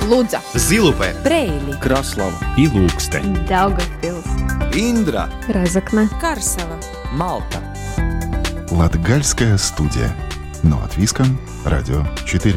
Лудза, Зилупе, Бреили, Краслава и Лукстен, Даугавпилс, Индра, Разокне, Карсела, Малта. Латгальская студия. Но от Виском, Радио 4.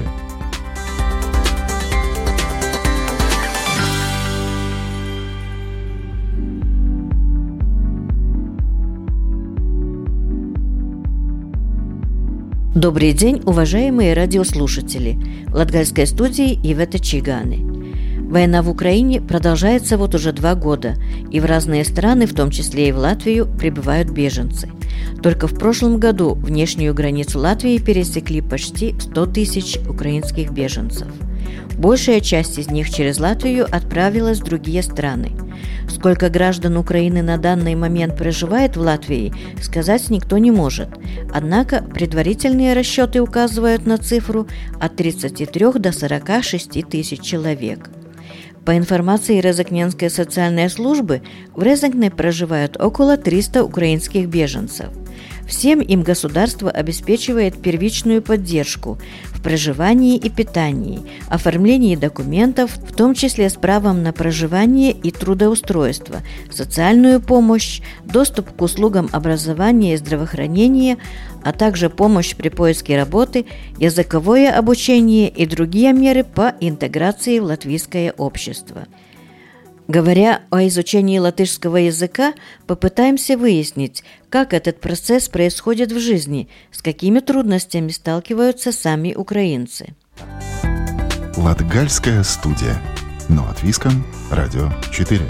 Добрый день, уважаемые радиослушатели! В Латгальской студии Ивета Чиганы. Война в Украине продолжается вот уже 2 года, и в разные страны, в том числе и в Латвию, прибывают беженцы. Только в прошлом году внешнюю границу Латвии пересекли почти 100 тысяч украинских беженцев. Большая часть из них через Латвию отправилась в другие страны. Сколько граждан Украины на данный момент проживает в Латвии, сказать никто не может. Однако предварительные расчеты указывают на цифру от 33 до 46 тысяч человек. По информации Резакненской социальной службы, в Резакне проживают около 300 украинских беженцев. Всем им государство обеспечивает первичную поддержку в проживании и питании, оформлении документов, в том числе с правом на проживание и трудоустройство, социальную помощь, доступ к услугам образования и здравоохранения, а также помощь при поиске работы, языковое обучение и другие меры по интеграции в латвийское общество. Говоря о изучении латышского языка, попытаемся выяснить, как этот процесс происходит в жизни, с какими трудностями сталкиваются сами украинцы. Латгальская студия. Но от Виском, Радио 4.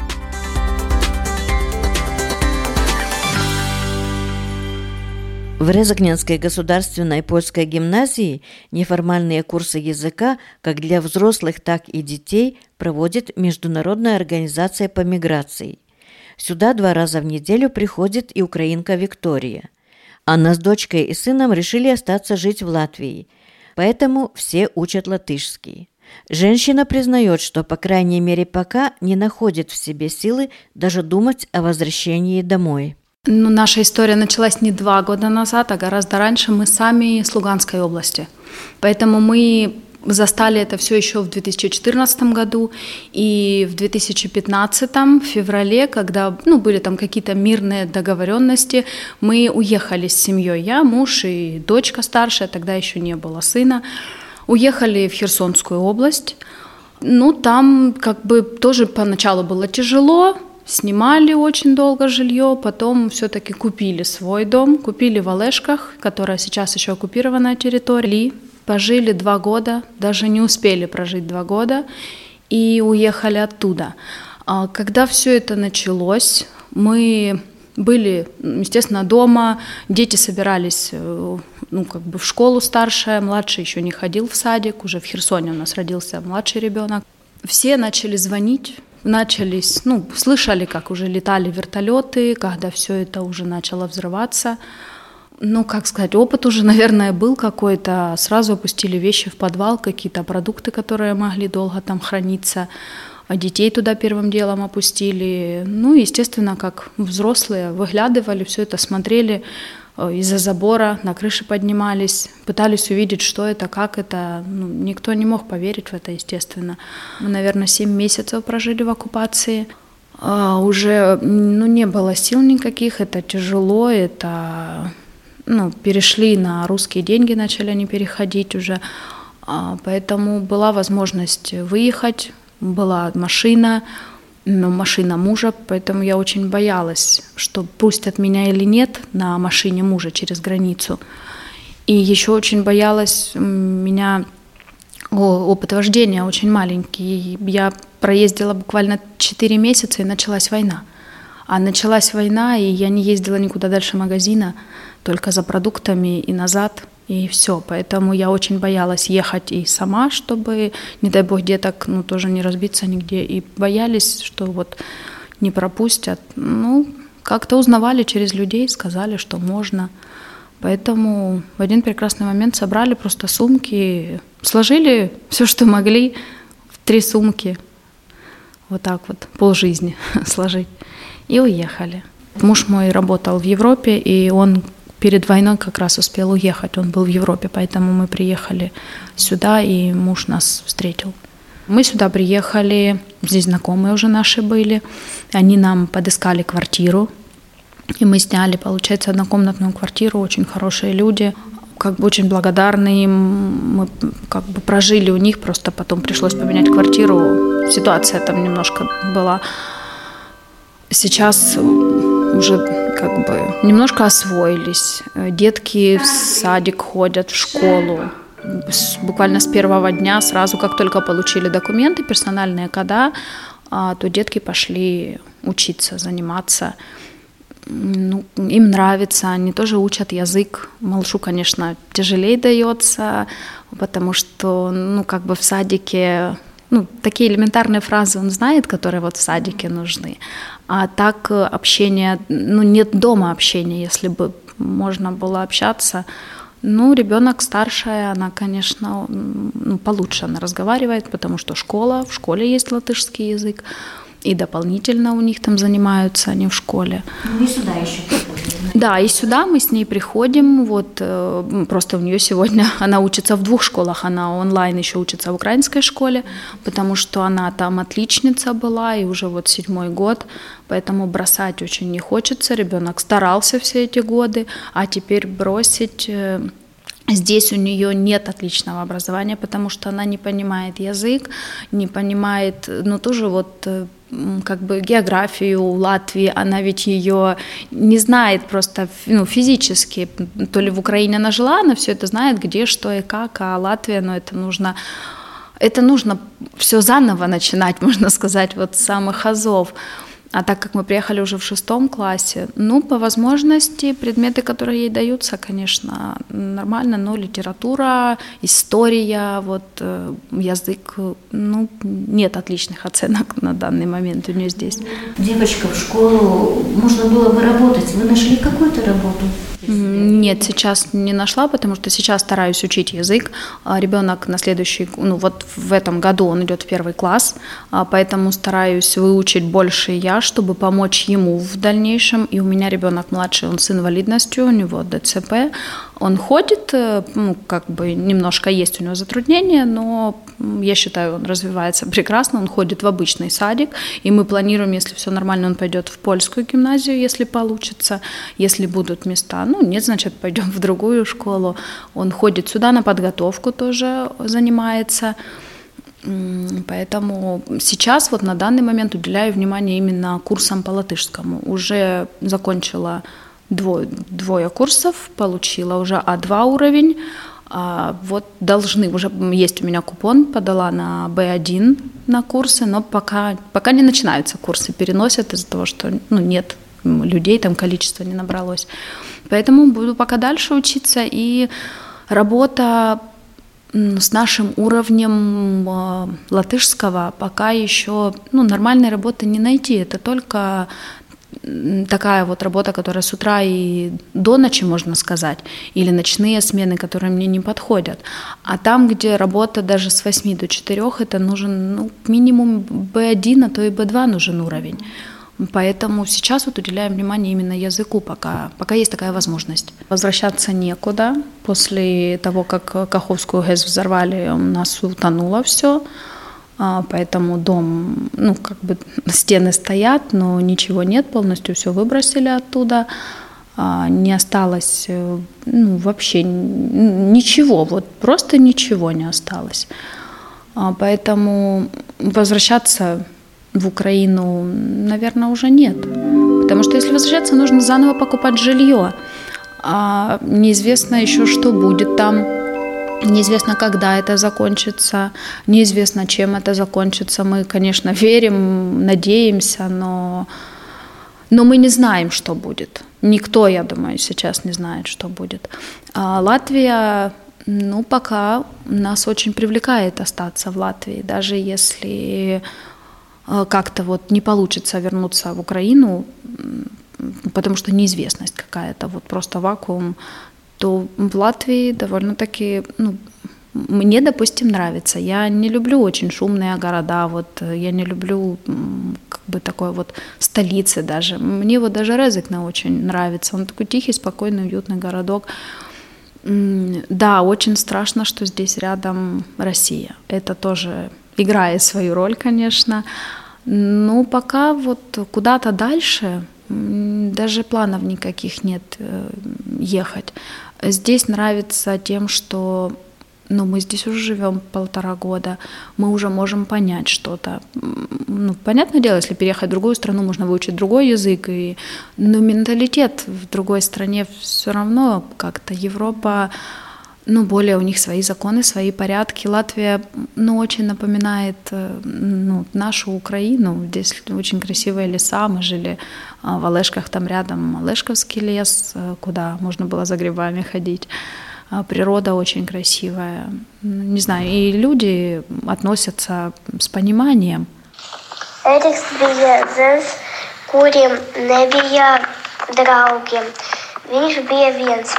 В Резакненской государственной польской гимназии неформальные курсы языка как для взрослых, так и детей проводит Международная организация по миграции. Сюда 2 раза в неделю приходит и украинка Виктория. Она с дочкой и сыном решили остаться жить в Латвии, поэтому все учат латышский. Женщина признает, что, по крайней мере, пока не находит в себе силы даже думать о возвращении домой. Наша история началась не 2 года назад, а гораздо раньше. Мы сами с Луганской области. Поэтому мы застали это все еще в 2014 году. И в 2015, в феврале, когда были там какие-то мирные договоренности, мы уехали с семьей. Я, муж и дочка старшая, тогда еще не было сына. Уехали в Херсонскую область. Там тоже поначалу было тяжело. Снимали очень долго жилье, потом все-таки купили свой дом, купили в Олешках, которая сейчас еще оккупированная территория. Пожили 2 года, даже не успели прожить 2 года и уехали оттуда. Когда все это началось, мы были, естественно, дома, дети собирались в школу старшая, младший еще не ходил в садик, уже в Херсоне у нас родился младший ребенок. Все начали звонить. Слышали, как уже летали вертолеты, когда все это уже начало взрываться. Опыт уже, наверное, был какой-то. Сразу опустили вещи в подвал, какие-то продукты, которые могли долго там храниться. А детей туда первым делом опустили. Естественно, как взрослые, выглядывали, все это смотрели. Из-за забора на крыше поднимались, пытались увидеть, что это, как это. Никто не мог поверить в это, естественно. Мы, наверное, 7 месяцев прожили в оккупации. Уже не было сил никаких, это тяжело, это перешли на русские деньги, начали они переходить уже. Поэтому была возможность выехать, была машина мужа, поэтому я очень боялась, что пустят меня или нет на машине мужа через границу. И еще очень боялась, у меня опыт вождения очень маленький. Я проездила буквально 4 месяца, и началась война. А началась война, и я не ездила никуда дальше магазина, только за продуктами и назад, и все. Поэтому я очень боялась ехать и сама, чтобы, не дай бог, деток тоже не разбиться нигде. И боялись, что не пропустят. Как-то узнавали через людей, сказали, что можно. Поэтому в один прекрасный момент собрали просто сумки, сложили все, что могли, в 3 сумки. Полжизни сложить. И уехали. Муж мой работал в Европе, и он перед войной как раз успел уехать. Он был в Европе, поэтому мы приехали сюда, и муж нас встретил. Мы сюда приехали, здесь знакомые уже наши были, они нам подыскали квартиру, и мы сняли, получается, однокомнатную квартиру, очень хорошие люди, как бы очень благодарны им, мы как бы прожили у них, просто потом пришлось поменять квартиру, ситуация там немножко была. Сейчас уже как бы немножко освоились, детки в садик ходят, в школу. Буквально с первого дня, сразу как только получили документы, персональные кода, то детки пошли учиться, заниматься. Ну, им нравится, они тоже учат язык. Малышу, конечно, тяжелее дается, потому что, ну, как бы в садике, ну, такие элементарные фразы он знает, которые вот в садике нужны. А так общение, ну, нет дома общения, если бы можно было общаться. Ну, ребенок старшая, она, конечно, ну, получше она разговаривает, потому что в школе есть латышский язык, и дополнительно у них там занимаются они в школе. Ну и сюда еще приходим. Да, и сюда мы с ней приходим, вот просто у нее сегодня, она учится в 2 школах, она онлайн еще учится в украинской школе, потому что она там отличница была, и уже вот 7-й год, поэтому бросать очень не хочется, ребенок старался все эти годы, а теперь бросить... Здесь у нее нет отличного образования, потому что она не понимает язык, не понимает, ну, тоже вот как бы географию Латвии, она ведь ее не знает просто, ну, физически, то ли в Украине она жила, она все это знает, где, что и как, а Латвия, ну, это нужно все заново начинать, можно сказать, вот с самых азов. А так как мы приехали уже в 6 классе, ну, по возможности, предметы, которые ей даются, конечно, нормально, но литература, история, вот язык, ну, нет отличных оценок на данный момент у нее здесь. Девочка в школу, можно было бы работать. Вы нашли какую-то работу? Нет, сейчас не нашла, потому что сейчас стараюсь учить язык. Ребенок на следующий, ну вот в этом году он идет в 1 класс, поэтому стараюсь выучить больше я, чтобы помочь ему в дальнейшем. И у меня ребенок младший, он с инвалидностью, у него ДЦП. Он ходит, ну, как бы немножко есть у него затруднения, но я считаю, он развивается прекрасно, он ходит в обычный садик, и мы планируем, если все нормально, он пойдет в польскую гимназию, если получится, если будут места. Ну, нет, значит, пойдем в другую школу. Он ходит сюда на подготовку тоже занимается. Поэтому сейчас вот на данный момент уделяю внимание именно курсам по латышскому. Уже закончила двое курсов, получила уже А2 уровень. Вот должны, уже есть у меня купон, подала на Б1 на курсы, но пока не начинаются курсы, переносят из-за того, что нет людей, там количество не набралось. Поэтому буду пока дальше учиться, и работа с нашим уровнем латышского пока еще нормальной работы не найти. Это только такая вот работа, которая с утра и до ночи, можно сказать, или ночные смены, которые мне не подходят. А там, где работа даже с 8 до 4, это нужен минимум B1, а то и B2 нужен уровень. Поэтому сейчас вот уделяем внимание именно языку, пока есть такая возможность. Возвращаться некуда. После того, как Каховскую ГЭС взорвали, у нас утонуло все. Поэтому дом, стены стоят, но ничего нет, полностью все выбросили оттуда. Не осталось вообще ничего, вот просто ничего не осталось. Поэтому возвращаться в Украину, наверное, уже нет. Потому что если возвращаться, нужно заново покупать жилье. А неизвестно еще, что будет там. Неизвестно, когда это закончится. Неизвестно, чем это закончится. Мы, конечно, верим, надеемся, но мы не знаем, что будет. Никто, я думаю, сейчас не знает, что будет. А Латвия, пока нас очень привлекает остаться в Латвии. Даже если как-то не получится вернуться в Украину, потому что неизвестность какая-то, просто вакуум, то в Латвии довольно-таки, мне, допустим, нравится. Я не люблю очень шумные города, я не люблю такой столицы даже. Мне даже Резекне очень нравится. Он такой тихий, спокойный, уютный городок. Да, очень страшно, что здесь рядом Россия. Это тоже играет свою роль, конечно. Но пока вот куда-то дальше даже планов никаких нет ехать. Здесь нравится тем, что мы здесь уже живем 1,5 года, мы уже можем понять что-то. Понятное дело, если переехать в другую страну, можно выучить другой язык, но менталитет в другой стране все равно как-то Европа, более у них свои законы, свои порядки. Латвия, очень напоминает нашу Украину. Здесь очень красивые леса. Мы жили в Олешках, там рядом Олешковский лес, куда можно было за грибами ходить. Природа очень красивая. Не знаю, и люди относятся с пониманием. Эриks bija zars, kuriem nebija draugi. Viņš bija viens.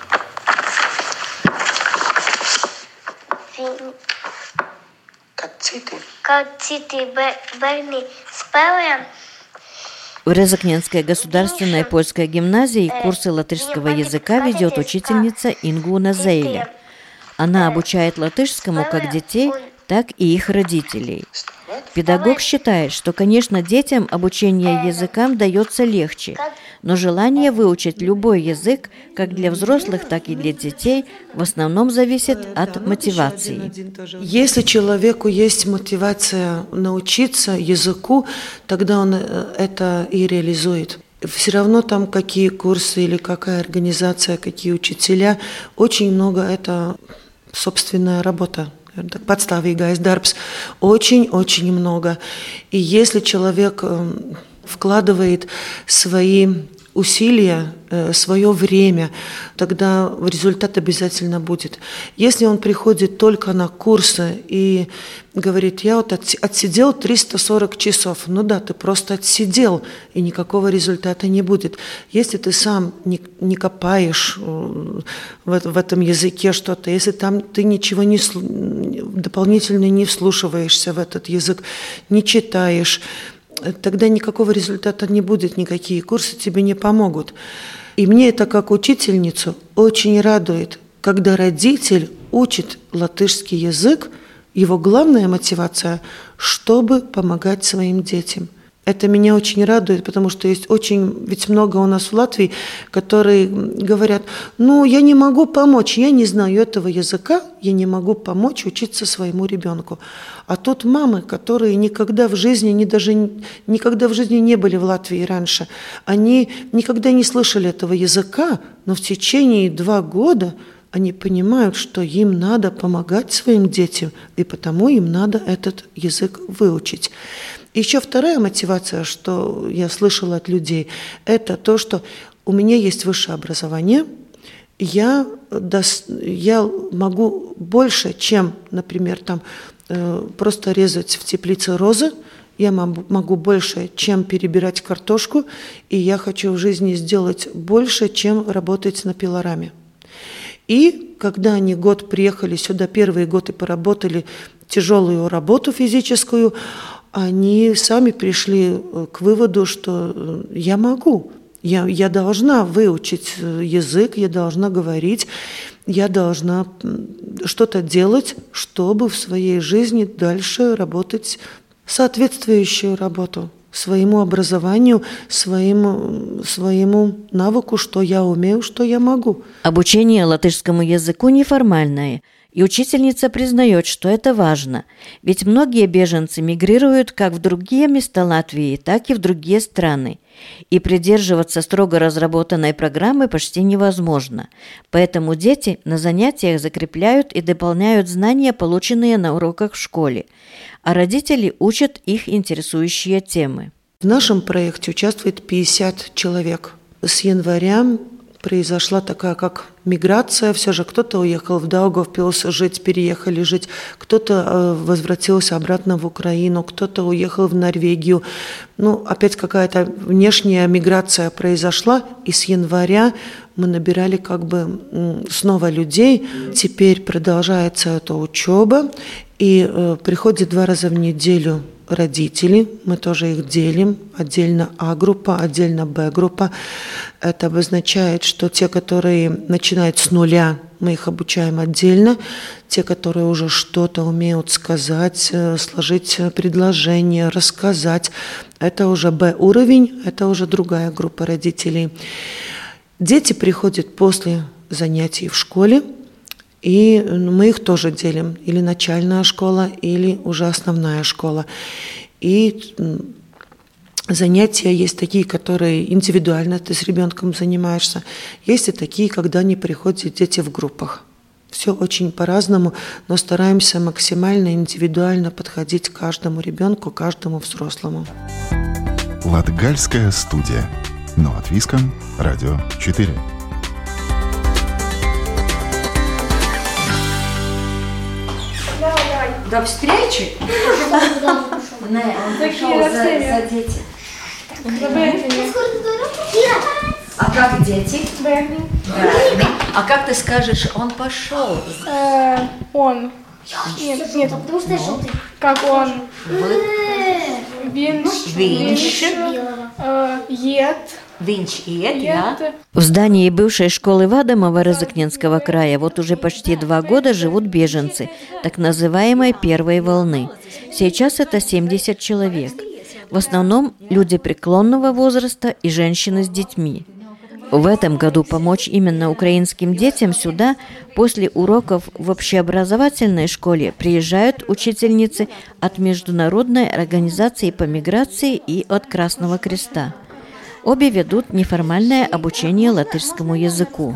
Kad citi bērni spēlē. В Резакненской государственной польской гимназии курсы латышского языка ведет учительница Ингуна Зейля. Она обучает латышскому как детей, так и их родителей. Педагог считает, что, конечно, детям обучение языкам дается легче, но желание выучить любой язык, как для взрослых, так и для детей, в основном зависит от мотивации. Если человеку есть мотивация научиться языку, тогда он это и реализует. Все равно там какие курсы или какая организация, какие учителя, очень много это собственная работа. Patstāvīgais darbs, очень много. И если человек вкладывает свои усилия, свое время, тогда результат обязательно будет. Если он приходит только на курсы и говорит, я вот отсидел 340 часов, да, ты просто отсидел, и никакого результата не будет. Если ты сам не копаешь в этом языке что-то, если там ты ничего дополнительно не вслушиваешься в этот язык, не читаешь, тогда никакого результата не будет, никакие курсы тебе не помогут. И мне это как учительницу очень радует, когда родитель учит латышский язык, его главная мотивация, чтобы помогать своим детям. Это меня очень радует, потому что есть ведь много у нас в Латвии, которые говорят, я не могу помочь, я не знаю этого языка, я не могу помочь учиться своему ребенку. А тут мамы, которые никогда в жизни не были в Латвии раньше, они никогда не слышали этого языка, но в течение 2 года они понимают, что им надо помогать своим детям, и потому им надо этот язык выучить. Еще вторая мотивация, что я слышала от людей, это то, что у меня есть высшее образование, я могу больше, чем, например, просто резать в теплице розы, я могу больше, чем перебирать картошку, и я хочу в жизни сделать больше, чем работать на пилораме. И когда они год приехали сюда, первый год и поработали тяжелую работу физическую, они сами пришли к выводу, что я могу, я должна выучить язык, я должна говорить, я должна что-то делать, чтобы в своей жизни дальше работать соответствующую работу своему образованию, своему навыку, что я умею, что я могу. Обучение латышскому языку неформальное, и учительница признает, что это важно, ведь многие беженцы мигрируют как в другие места Латвии, так и в другие страны, и придерживаться строго разработанной программы почти невозможно, поэтому дети на занятиях закрепляют и дополняют знания, полученные на уроках в школе, а родители учат их интересующие темы. В нашем проекте участвует 50 человек. С января произошла такая как миграция, все же кто-то уехал в Даугавпилс переехали жить, кто-то возвратился обратно в Украину, кто-то уехал в Норвегию. Опять какая-то внешняя миграция произошла, и с января мы набирали снова людей. Теперь продолжается эта учеба, и приходит 2 раза в неделю родители, мы тоже их делим, отдельно А-группа, отдельно Б-группа. Это обозначает, что те, которые начинают с нуля, мы их обучаем отдельно. Те, которые уже что-то умеют сказать, сложить предложение, рассказать, это уже Б-уровень, это уже другая группа родителей. Дети приходят после занятий в школе, и мы их тоже делим. Или начальная школа, или уже основная школа. И занятия есть такие, которые индивидуально ты с ребенком занимаешься. Есть и такие, когда они приходят дети в группах. Все очень по-разному, но стараемся максимально индивидуально подходить к каждому ребенку, каждому взрослому. Латгальская студия. Но от Виском. Радио 4. До встречи? Он пошел за дети. А как дети? А как ты скажешь, он пошел? Он. Нет, потому что желтый. Как он? Винш. Ед. В здании бывшей школы Вадамова Резекненского края вот уже почти 2 года живут беженцы, так называемой первой волны. Сейчас это 70 человек. В основном люди преклонного возраста и женщины с детьми. В этом году помочь именно украинским детям сюда после уроков в общеобразовательной школе приезжают учительницы от Международной организации по миграции и от Красного Креста. Обе ведут неформальное обучение латышскому языку.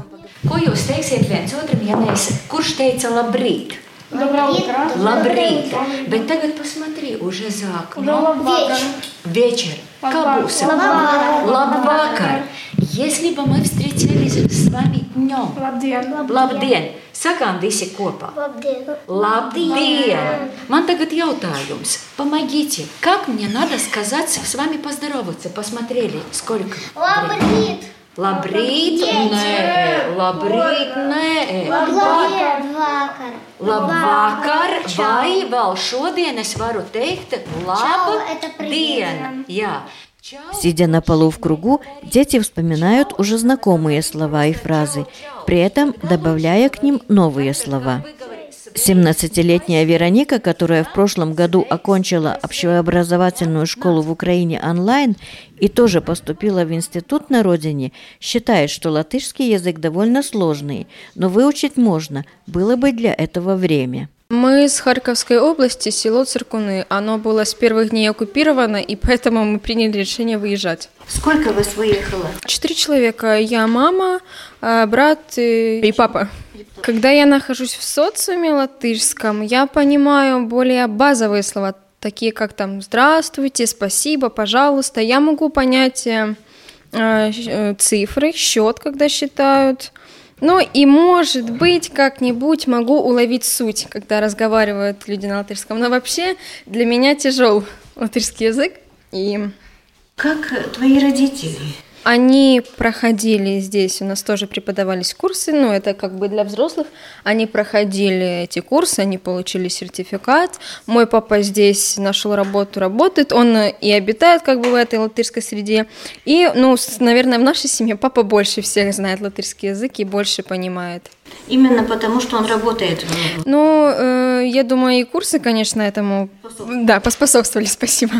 Доброе утро. Лабрит. Bet tagad посмотри, уже за окном. Вечер. Кабуса. Лабвакар. Если бы мы встретились с вами днем. Labdien. Sakām visi kopā. Labdien. Man tagad jautājums. Помогите. Как мне надо сказать с вами поздороваться? Посмотрели, сколько? Лабрит. Labrīt, nē, labrīt, nē. Labvakar, vai vēl šodien es varu teikt labdien? Jā. Сидя на полу в кругу, дети вспоминают уже знакомые слова и фразы, при этом добавляя к ним новые слова. 17-летняя Вероника, которая в прошлом году окончила общеобразовательную школу в Украине онлайн и тоже поступила в институт на родине, считает, что латышский язык довольно сложный, но выучить можно, было бы для этого время. Мы с Харьковской области, село Циркуны. Оно было с первых дней оккупировано, и поэтому мы приняли решение выезжать. Сколько вас выехало? 4 человека. Я, мама, брат и папа. Когда я нахожусь в социуме латышском, я понимаю более базовые слова, такие как там «здравствуйте», «спасибо», «пожалуйста». Я могу понять цифры, счет, когда считают. Ну и, может быть, как-нибудь могу уловить суть, когда разговаривают люди на латышском. Но вообще для меня тяжел латышский язык. И... Как твои родители? Они проходили здесь, у нас тоже преподавались курсы, ну это как бы для взрослых. Они проходили эти курсы, они получили сертификат. Мой папа здесь нашел работу, работает, он и обитает как бы в этой латышской среде. И, ну, наверное, в нашей семье папа больше всех знает латышский язык и больше понимает. Именно потому, что он работает в нем? Ну, я думаю, и курсы, конечно, этому поспособствовали, спасибо.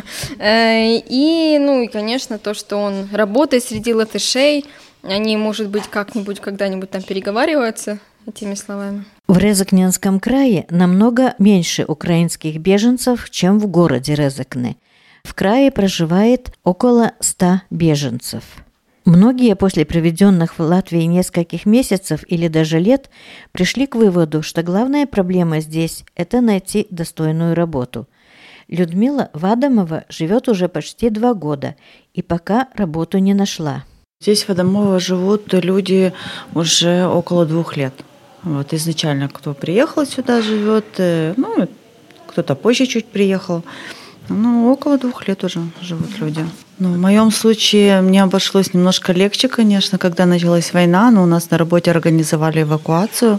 И, ну, и, конечно, то, что он работает среди латышей, они, может быть, как-нибудь, когда-нибудь там переговариваются этими словами. В Резекненском крае намного меньше украинских беженцев, чем в городе Резекне. В крае проживает около 100 беженцев. Многие после проведенных в Латвии нескольких месяцев или даже лет пришли к выводу, что главная проблема здесь – это найти достойную работу. Людмила Вадамова живет уже почти 2 года и пока работу не нашла. Здесь в Адамово живут люди уже около 2 лет. Вот изначально кто приехал сюда живет, ну, кто-то позже чуть приехал. Ну, около 2 лет уже живут люди. Ну, в моем случае мне обошлось немножко легче, конечно, когда началась война, но у нас на работе организовали эвакуацию,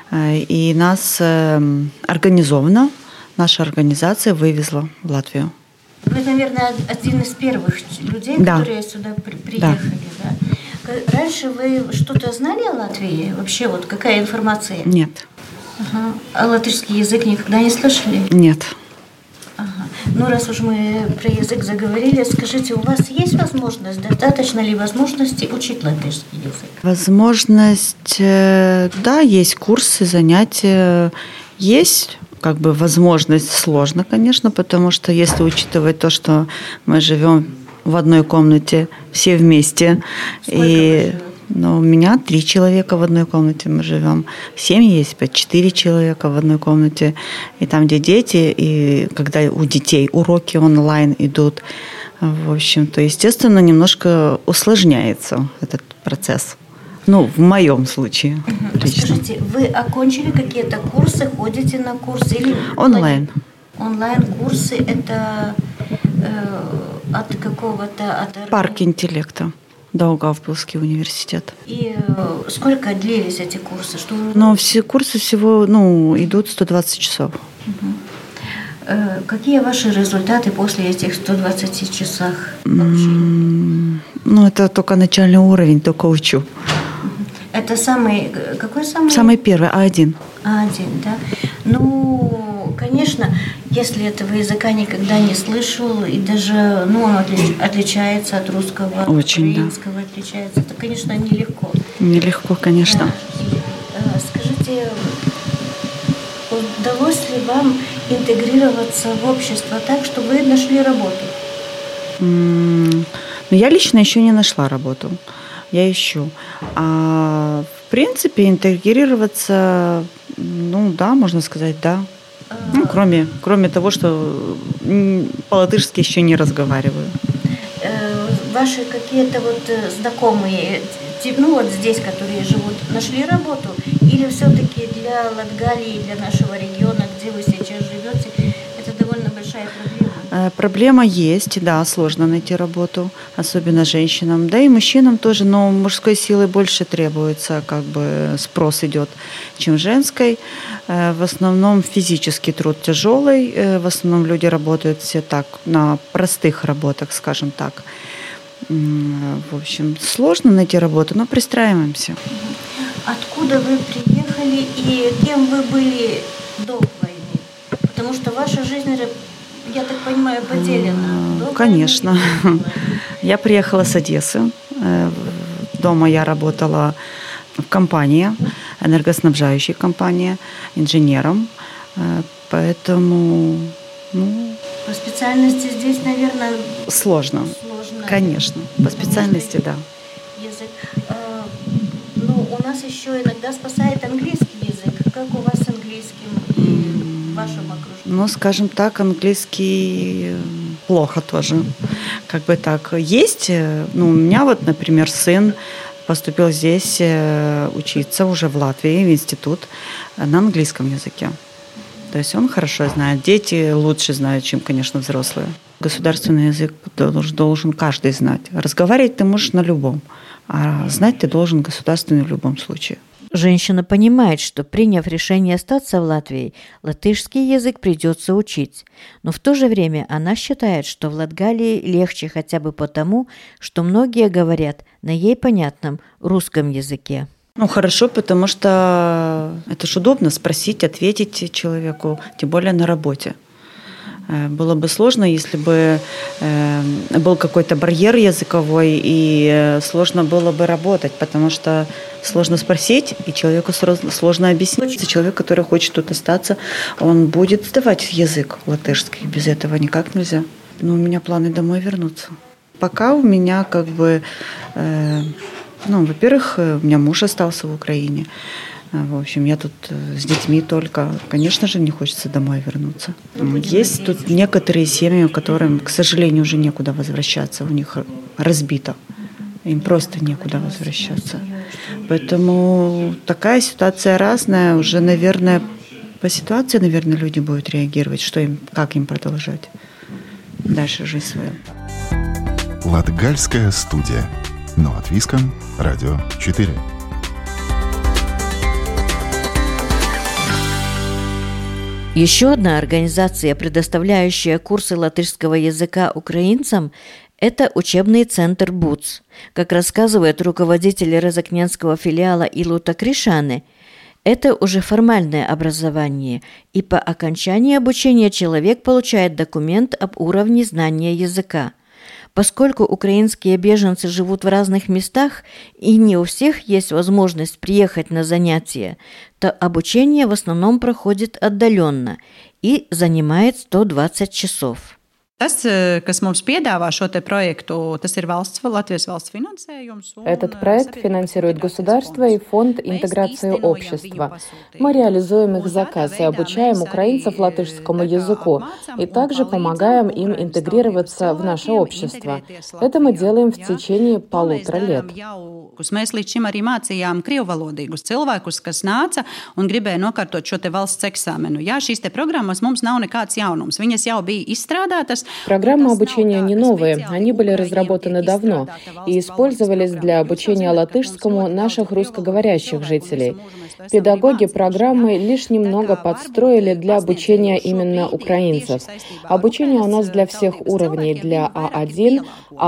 и нас организованно, наша организация вывезла в Латвию. Вы, наверное, один из первых людей, которые сюда приехали, да? Раньше вы что-то знали о Латвии? Вообще, вот какая информация? Нет. Ага. А латышский язык никогда не слышали? Нет. Ага. Ну, раз уж мы про язык заговорили, скажите, у вас есть возможность, достаточно ли возможности учить латышский язык? Возможность, да, есть курсы, занятия, есть. Как бы возможность сложно, конечно, потому что если учитывать то, что мы живем в одной комнате, все вместе. Сколько и у меня 3 человека в одной комнате мы живем. В семье есть 4 человека в одной комнате. И там, где дети, и когда у детей уроки онлайн идут, в общем-то, естественно, немножко усложняется этот процесс. В моем случае. Лично. Скажите, вы окончили какие-то курсы, ходите на курсы? Или онлайн. Онлайн-курсы – это от какого-то… Парк интеллекта. Даугавпилский университет. И сколько длились эти курсы? Все курсы всего идут 120 часов. Какие ваши результаты после этих 120 часов обучения? Это только начальный уровень, только учу. Это какой самый? Самый первый, А1. А1, да? Конечно, если этого языка никогда не слышал, и даже он отличается от русского, очень, украинского, да. Отличается, это, конечно, нелегко. Нелегко, конечно. Скажите, удалось ли вам интегрироваться в общество так, что вы нашли работу? Я лично еще не нашла работу. Я ищу. А в принципе, интегрироваться, да, можно сказать, да. Кроме того, что по-латышски еще не разговариваю. Ваши какие-то знакомые, здесь, которые живут, нашли работу? Или все-таки для Латгалии, для нашего региона, где вы сейчас живете, это довольно большая проблема? Проблема есть, да, сложно найти работу, особенно женщинам, да и мужчинам тоже, но мужской силы больше требуется, спрос идет, чем женской. В основном физический труд тяжелый, в основном люди работают все так, на простых работах, скажем так. В общем, сложно найти работу, но пристраиваемся. Откуда вы приехали и кем вы были до войны? Потому что ваша жизнь, я так понимаю, поделена. Конечно. Я приехала с Одессы. Дома я работала в компании, энергоснабжающей компании, инженером. Поэтому, По специальности здесь, наверное… Сложно. Конечно. По специальности, да. Язык. У нас еще иногда спасает английский язык. Как у вас с английским и в вашем окружении? Скажем так, английский плохо тоже. Так. Есть. У меня например, сын поступил здесь учиться уже в Латвии, в институт, на английском языке. То есть он хорошо знает. Дети лучше знают, чем, конечно, взрослые. Государственный язык должен каждый знать. Разговаривать ты можешь на любом, а знать ты должен государственный в любом случае. Женщина понимает, что, приняв решение остаться в Латвии, латышский язык придется учить. Но в то же время она считает, что в Латгалии легче хотя бы потому, что многие говорят на ей понятном русском языке. Хорошо, потому что это ж удобно спросить, ответить человеку, тем более на работе. Было бы сложно, если бы был какой-то барьер языковой, и сложно было бы работать, потому что сложно спросить, и человеку сложно объяснить. Человек, который хочет тут остаться, он будет сдавать язык латышский. Без этого никак нельзя. У меня планы домой вернуться. Пока у меня во-первых, у меня муж остался в Украине. В общем, я тут с детьми только. Конечно же, мне хочется домой вернуться. Есть тут некоторые семьи, которым, к сожалению, уже некуда возвращаться. У них разбито. Им просто некуда возвращаться. Поэтому такая ситуация разная. Уже, наверное, по ситуации, люди будут реагировать, как им продолжать дальше жизнь свою. Латгальская студия. Но от Виском, Радио 4. Еще одна организация, предоставляющая курсы латышского языка украинцам, это учебный центр БУЦ. Как рассказывает руководитель Резакненского филиала Илута Кришане, это уже формальное образование, и по окончании обучения человек получает документ об уровне знания языка. Поскольку украинские беженцы живут в разных местах и не у всех есть возможность приехать на занятия, то обучение в основном проходит отдаленно и занимает 120 часов. Этот проект финансирует государство и фонд интеграции общества. Мы реализуем их заказы, обучаем украинцев латышскому языку и также помогаем им интегрироваться в наше общество. Это мы делаем в течение 1,5 лет. Mēs līdz šim arī mācījām krievvalodīgus cilvēkus, kas nāca un gribēja nokārtot šo te valsts eksāmenu. Jā, šīs te programmas mums nav nekāds jaunums. Viņas jau bija izstrādātas. Программы обучения не новые, они были разработаны давно и использовались для обучения латышскому наших русскоговорящих жителей. Педагоги программы лишь немного подстроили для обучения именно украинцев. Обучение у нас для всех уровней, для А1,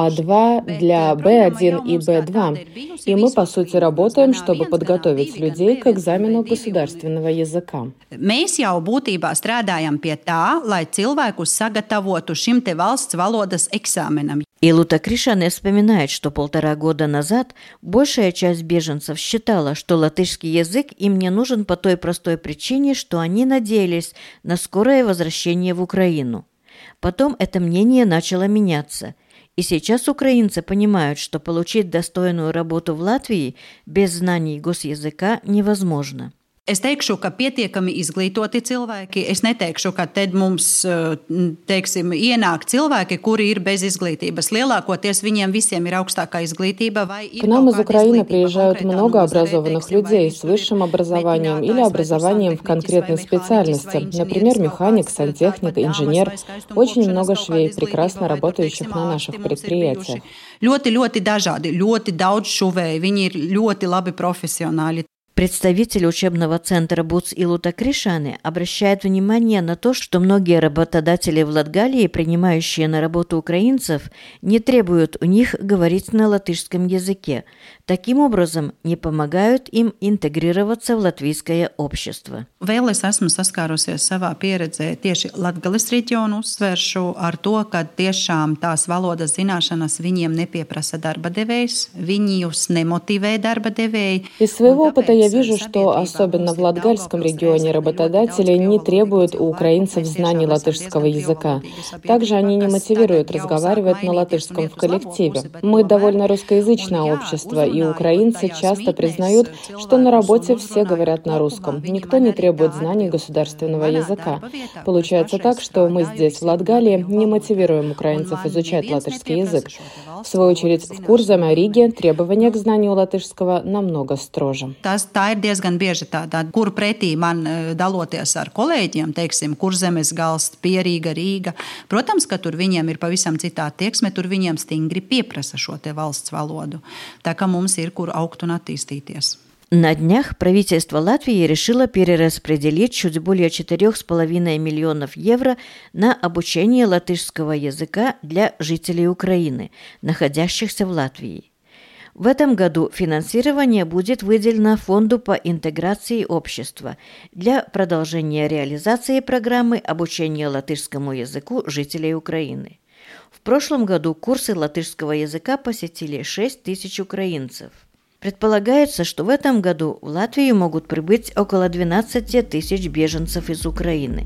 А2, для Б1 и Б2. И мы, по сути, работаем, чтобы подготовить людей к экзамену государственного языка. Mēs jau būtībā strādājam pie tā, lai cilvēkus sagatavotu šim te valsts valodas eksāmenam. Илута Кришане вспоминает, что 1,5 года назад большая часть беженцев считала, что латышский язык им не нужен по той простой причине, что они надеялись на скорое возвращение в Украину. Потом это мнение начало меняться. И сейчас украинцы понимают, что получить достойную работу в Латвии без знаний госязыка невозможно. Es teikšu, ka pietiekami izglītoti cilvēki. Es neteikšu, ka te mums, teiksim, ienāk cilvēki, kuri ir без izglītības. Lielākoties viņiem visiem ir augstākā izglītība. К нам из Украины приезжают много образованных людей с высшим образованием или образованием в конкретной специальности. Например, механик, сантехник, инженер. Очень много швей, прекрасно работающих на наших предприятиях. Ļoti dažādi, ļoti daudz šuvēji. Viņi ir ļoti labi profesionāļi. Представитель учебного центра БУЦ Илута Кришане обращает внимание на то, что многие работодатели в Латгалии, принимающие на работу украинцев, не требуют у них говорить на латышском языке. Таким образом, не помогают им интегрироваться в латвийское общество. Vēl es esmu saskārusies savā pieredzē tieši Latgales reģionu uzsveršu ar to, ka tiešām tās valodas zināšanas viņiem nepieprasa darba devējs, viņus nemotivē darba devēji. Из своего опыта я вижу, что особенно в Латгальском регионе работодатели не требуют у украинцев знаний латышского языка. Также они не мотивируют разговаривать на латышском в коллективе. Мы довольно русскоязычное общество, и украинцы часто признают, что на работе все говорят на русском. Никто не требует знаний государственного языка. Получается так, что мы здесь, в Латгалии, не мотивируем украинцев изучать латышский язык. В свою очередь, в Курземе, Риге требования к знанию латышского намного строже. Tā ir diezgan bieži tāda, kur pretī man daloties ar kolēģiem, teiksim, Kurzemes gals, Pierīga, Rīga. Protams, ka tur viņiem ir pavisam citā tieksme, tur viņiem stingri pieprasa šo te valsts valodu. Tā kā mums ir, kur augt un attīstīties. На днях правительство Латвии решило перераспределить чуть более 4,5 миллионов евро на обучение латышского языка для жителей Украины, находящихся в Латвии. В этом году финансирование будет выделено Фонду по интеграции общества для продолжения реализации программы обучения латышскому языку жителей Украины. В прошлом году курсы латышского языка посетили 6 тысяч украинцев. Предполагается, что в этом году в Латвию могут прибыть около 12 тысяч беженцев из Украины.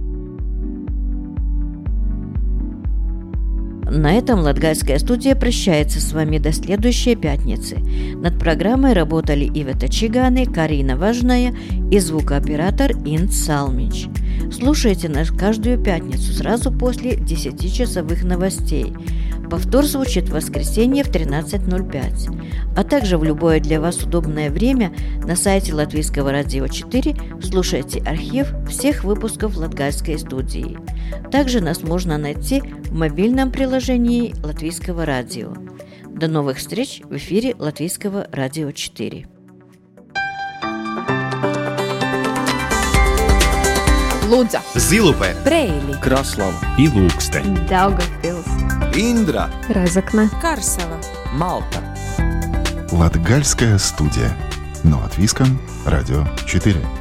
На этом Латгальская студия прощается с вами до следующей пятницы. Над программой работали Ивета Чиганы, Карина Важная и звукооператор Инт Салмич. Слушайте нас каждую пятницу сразу после 10-часовых новостей. Повтор звучит в воскресенье в 13:05. А также в любое для вас удобное время на сайте Латвийского радио 4 слушайте архив всех выпусков Латгальской студии. Также нас можно найти в мобильном приложении Латвийского радио. До новых встреч в эфире Латвийского радио 4. Лудза, Зилупе, Preili, Краслава и Ilūkste, Daugavpils, Индра, Разокна, Карсела, Малта. Латгальская студия. Но от Виском, Радио 4.